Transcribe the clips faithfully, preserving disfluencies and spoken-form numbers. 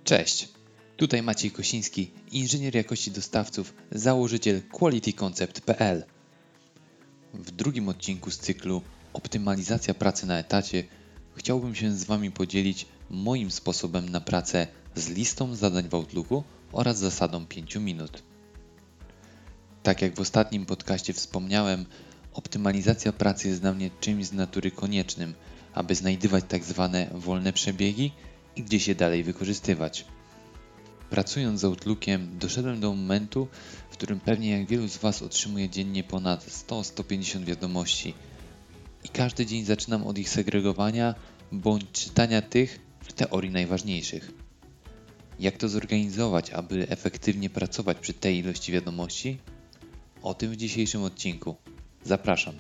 Cześć, tutaj Maciej Kosiński, inżynier jakości dostawców, założyciel quality concept kropka p l. W drugim odcinku z cyklu Optymalizacja pracy na etacie chciałbym się z Wami podzielić moim sposobem na pracę z listą zadań w Outlooku oraz zasadą pięciu minut. Tak jak w ostatnim podcaście wspomniałem, optymalizacja pracy jest dla mnie czymś z natury koniecznym, aby znajdywać tak zwane wolne przebiegi i gdzieś je dalej wykorzystywać. Pracując z Outlookiem doszedłem do momentu, w którym pewnie jak wielu z Was otrzymuje dziennie ponad sto do stu pięćdziesięciu wiadomości i każdy dzień zaczynam od ich segregowania bądź czytania tych w teorii najważniejszych. Jak to zorganizować, aby efektywnie pracować przy tej ilości wiadomości? O tym w dzisiejszym odcinku. Zapraszam.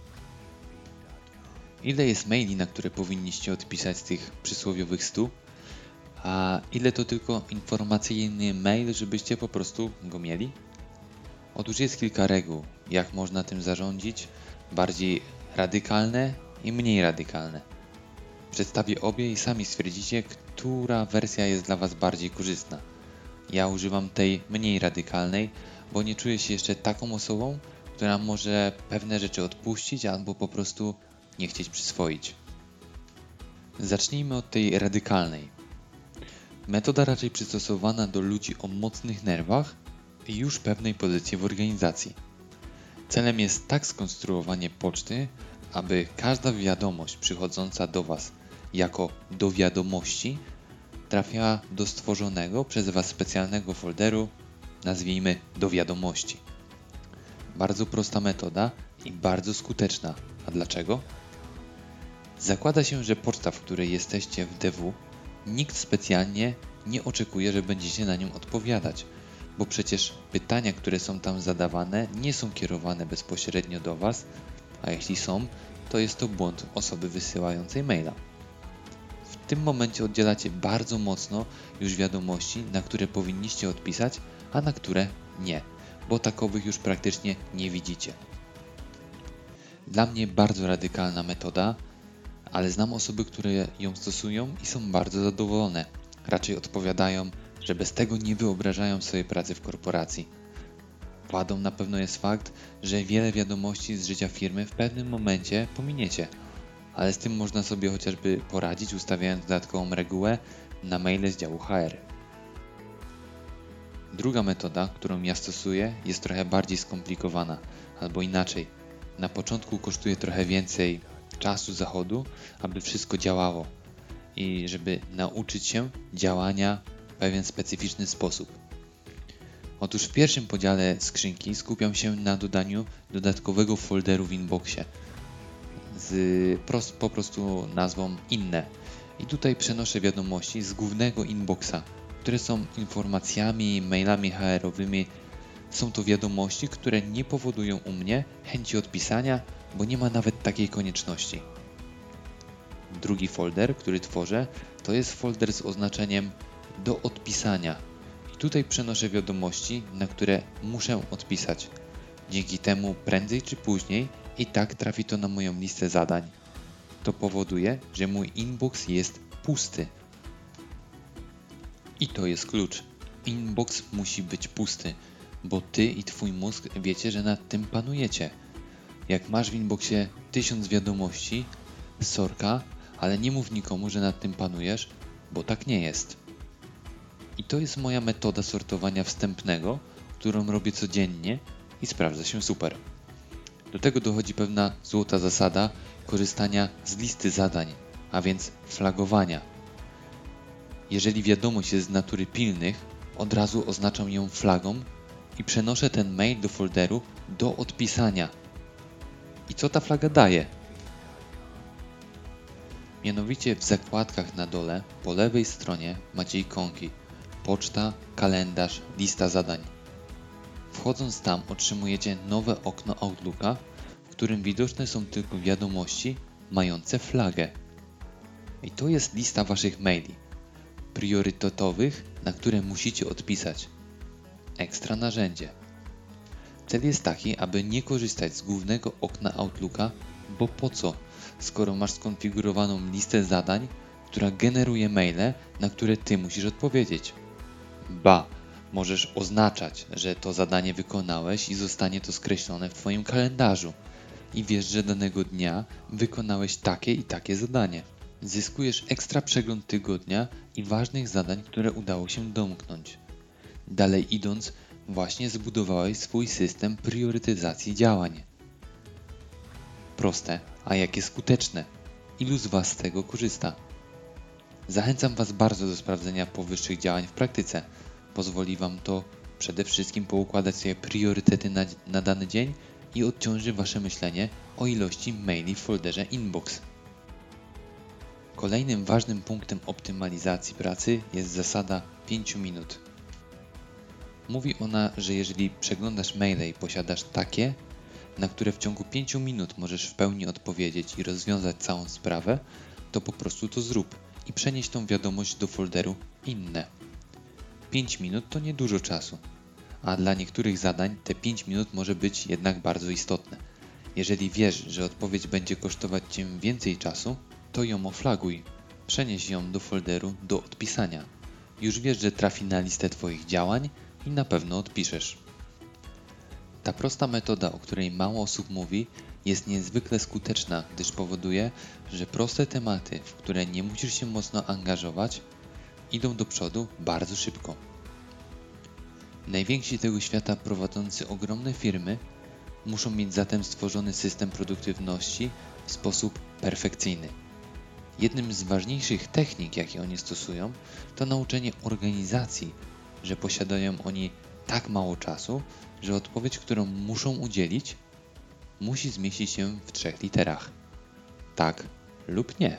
Ile jest maili, na które powinniście odpisać z tych przysłowiowych stu? A ile to tylko informacyjny mail, żebyście po prostu go mieli? Otóż jest kilka reguł, jak można tym zarządzić, bardziej radykalne i mniej radykalne. Przedstawię obie i sami stwierdzicie, która wersja jest dla Was bardziej korzystna. Ja używam tej mniej radykalnej, bo nie czuję się jeszcze taką osobą, która może pewne rzeczy odpuścić albo po prostu nie chcieć przyswoić. Zacznijmy od tej radykalnej. Metoda raczej przystosowana do ludzi o mocnych nerwach i już pewnej pozycji w organizacji. Celem jest tak skonstruowanie poczty, aby każda wiadomość przychodząca do Was jako do wiadomości trafiała do stworzonego przez Was specjalnego folderu, nazwijmy do wiadomości. Bardzo prosta metoda i bardzo skuteczna. A dlaczego? Zakłada się, że poczta, w której jesteście w D W, nikt specjalnie nie oczekuje, że będziecie na nią odpowiadać, bo przecież pytania, które są tam zadawane, nie są kierowane bezpośrednio do Was, a jeśli są, to jest to błąd osoby wysyłającej maila. W tym momencie oddzielacie bardzo mocno już wiadomości, na które powinniście odpisać, a na które nie, bo takowych już praktycznie nie widzicie. Dla mnie bardzo radykalna metoda, ale znam osoby, które ją stosują i są bardzo zadowolone. Raczej odpowiadają, że bez tego nie wyobrażają sobie pracy w korporacji. Wadą na pewno jest fakt, że wiele wiadomości z życia firmy w pewnym momencie pominiecie, ale z tym można sobie chociażby poradzić, ustawiając dodatkową regułę na maile z działu H R. Druga metoda, którą ja stosuję, jest trochę bardziej skomplikowana, albo inaczej. Na początku kosztuje trochę więcej czasu zachodu, aby wszystko działało i żeby nauczyć się działania w pewien specyficzny sposób. Otóż w pierwszym podziale skrzynki skupiam się na dodaniu dodatkowego folderu w inboxie z prost, po prostu nazwą inne i tutaj przenoszę wiadomości z głównego inboxa, które są informacjami, mailami H R-owymi. Są to wiadomości, które nie powodują u mnie chęci odpisania, bo nie ma nawet takiej konieczności. Drugi folder, który tworzę, to jest folder z oznaczeniem do odpisania. I tutaj przenoszę wiadomości, na które muszę odpisać. Dzięki temu prędzej czy później i tak trafi to na moją listę zadań. To powoduje, że mój inbox jest pusty. I to jest klucz. Inbox musi być pusty, bo Ty i Twój mózg wiecie, że nad tym panujecie. Jak masz w inboxie tysiąc wiadomości, sorka, ale nie mów nikomu, że nad tym panujesz, bo tak nie jest. I to jest moja metoda sortowania wstępnego, którą robię codziennie i sprawdza się super. Do tego dochodzi pewna złota zasada korzystania z listy zadań, a więc flagowania. Jeżeli wiadomość jest z natury pilnych, od razu oznaczam ją flagą i przenoszę ten mail do folderu do odpisania. I co ta flaga daje? Mianowicie w zakładkach na dole, po lewej stronie macie ikonki poczta, kalendarz, lista zadań. Wchodząc tam otrzymujecie nowe okno Outlooka, w którym widoczne są tylko wiadomości mające flagę. I to jest lista Waszych maili, priorytetowych, na które musicie odpisać. Ekstra narzędzie. Cel jest taki, aby nie korzystać z głównego okna Outlooka, bo po co, skoro masz skonfigurowaną listę zadań, która generuje maile, na które Ty musisz odpowiedzieć. Ba, możesz oznaczać, że to zadanie wykonałeś i zostanie to skreślone w Twoim kalendarzu. I wiesz, że danego dnia wykonałeś takie i takie zadanie. Zyskujesz ekstra przegląd tygodnia i ważnych zadań, które udało się domknąć. Dalej idąc, właśnie zbudowałeś swój system priorytetyzacji działań. Proste, a jakie skuteczne. Ilu z Was z tego korzysta? Zachęcam Was bardzo do sprawdzenia powyższych działań w praktyce. Pozwoli Wam to przede wszystkim poukładać sobie priorytety na, na dany dzień i odciąży Wasze myślenie o ilości maili w folderze Inbox. Kolejnym ważnym punktem optymalizacji pracy jest zasada pięć minut. Mówi ona, że jeżeli przeglądasz maile i posiadasz takie, na które w ciągu pięciu minut możesz w pełni odpowiedzieć i rozwiązać całą sprawę, to po prostu to zrób i przenieś tą wiadomość do folderu Inne. pięć minut to niedużo czasu, a dla niektórych zadań te pięć minut może być jednak bardzo istotne. Jeżeli wiesz, że odpowiedź będzie kosztować Cię więcej czasu, to ją oflaguj. Przenieś ją do folderu do odpisania. Już wiesz, że trafi na listę Twoich działań i na pewno odpiszesz. Ta prosta metoda, o której mało osób mówi, jest niezwykle skuteczna, gdyż powoduje, że proste tematy, w które nie musisz się mocno angażować, idą do przodu bardzo szybko. Najwięksi tego świata prowadzący ogromne firmy muszą mieć zatem stworzony system produktywności w sposób perfekcyjny. Jednym z ważniejszych technik, jakie oni stosują, to nauczenie organizacji, że posiadają oni tak mało czasu, że odpowiedź, którą muszą udzielić, musi zmieścić się w trzech literach. Tak lub nie.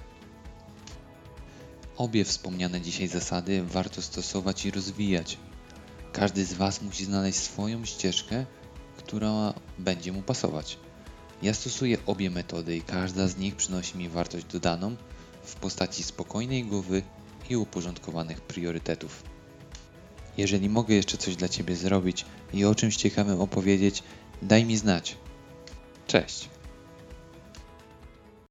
Obie wspomniane dzisiaj zasady warto stosować i rozwijać. Każdy z Was musi znaleźć swoją ścieżkę, która będzie mu pasować. Ja stosuję obie metody i każda z nich przynosi mi wartość dodaną w postaci spokojnej głowy i uporządkowanych priorytetów. Jeżeli mogę jeszcze coś dla Ciebie zrobić i o czymś ciekawym opowiedzieć, daj mi znać. Cześć!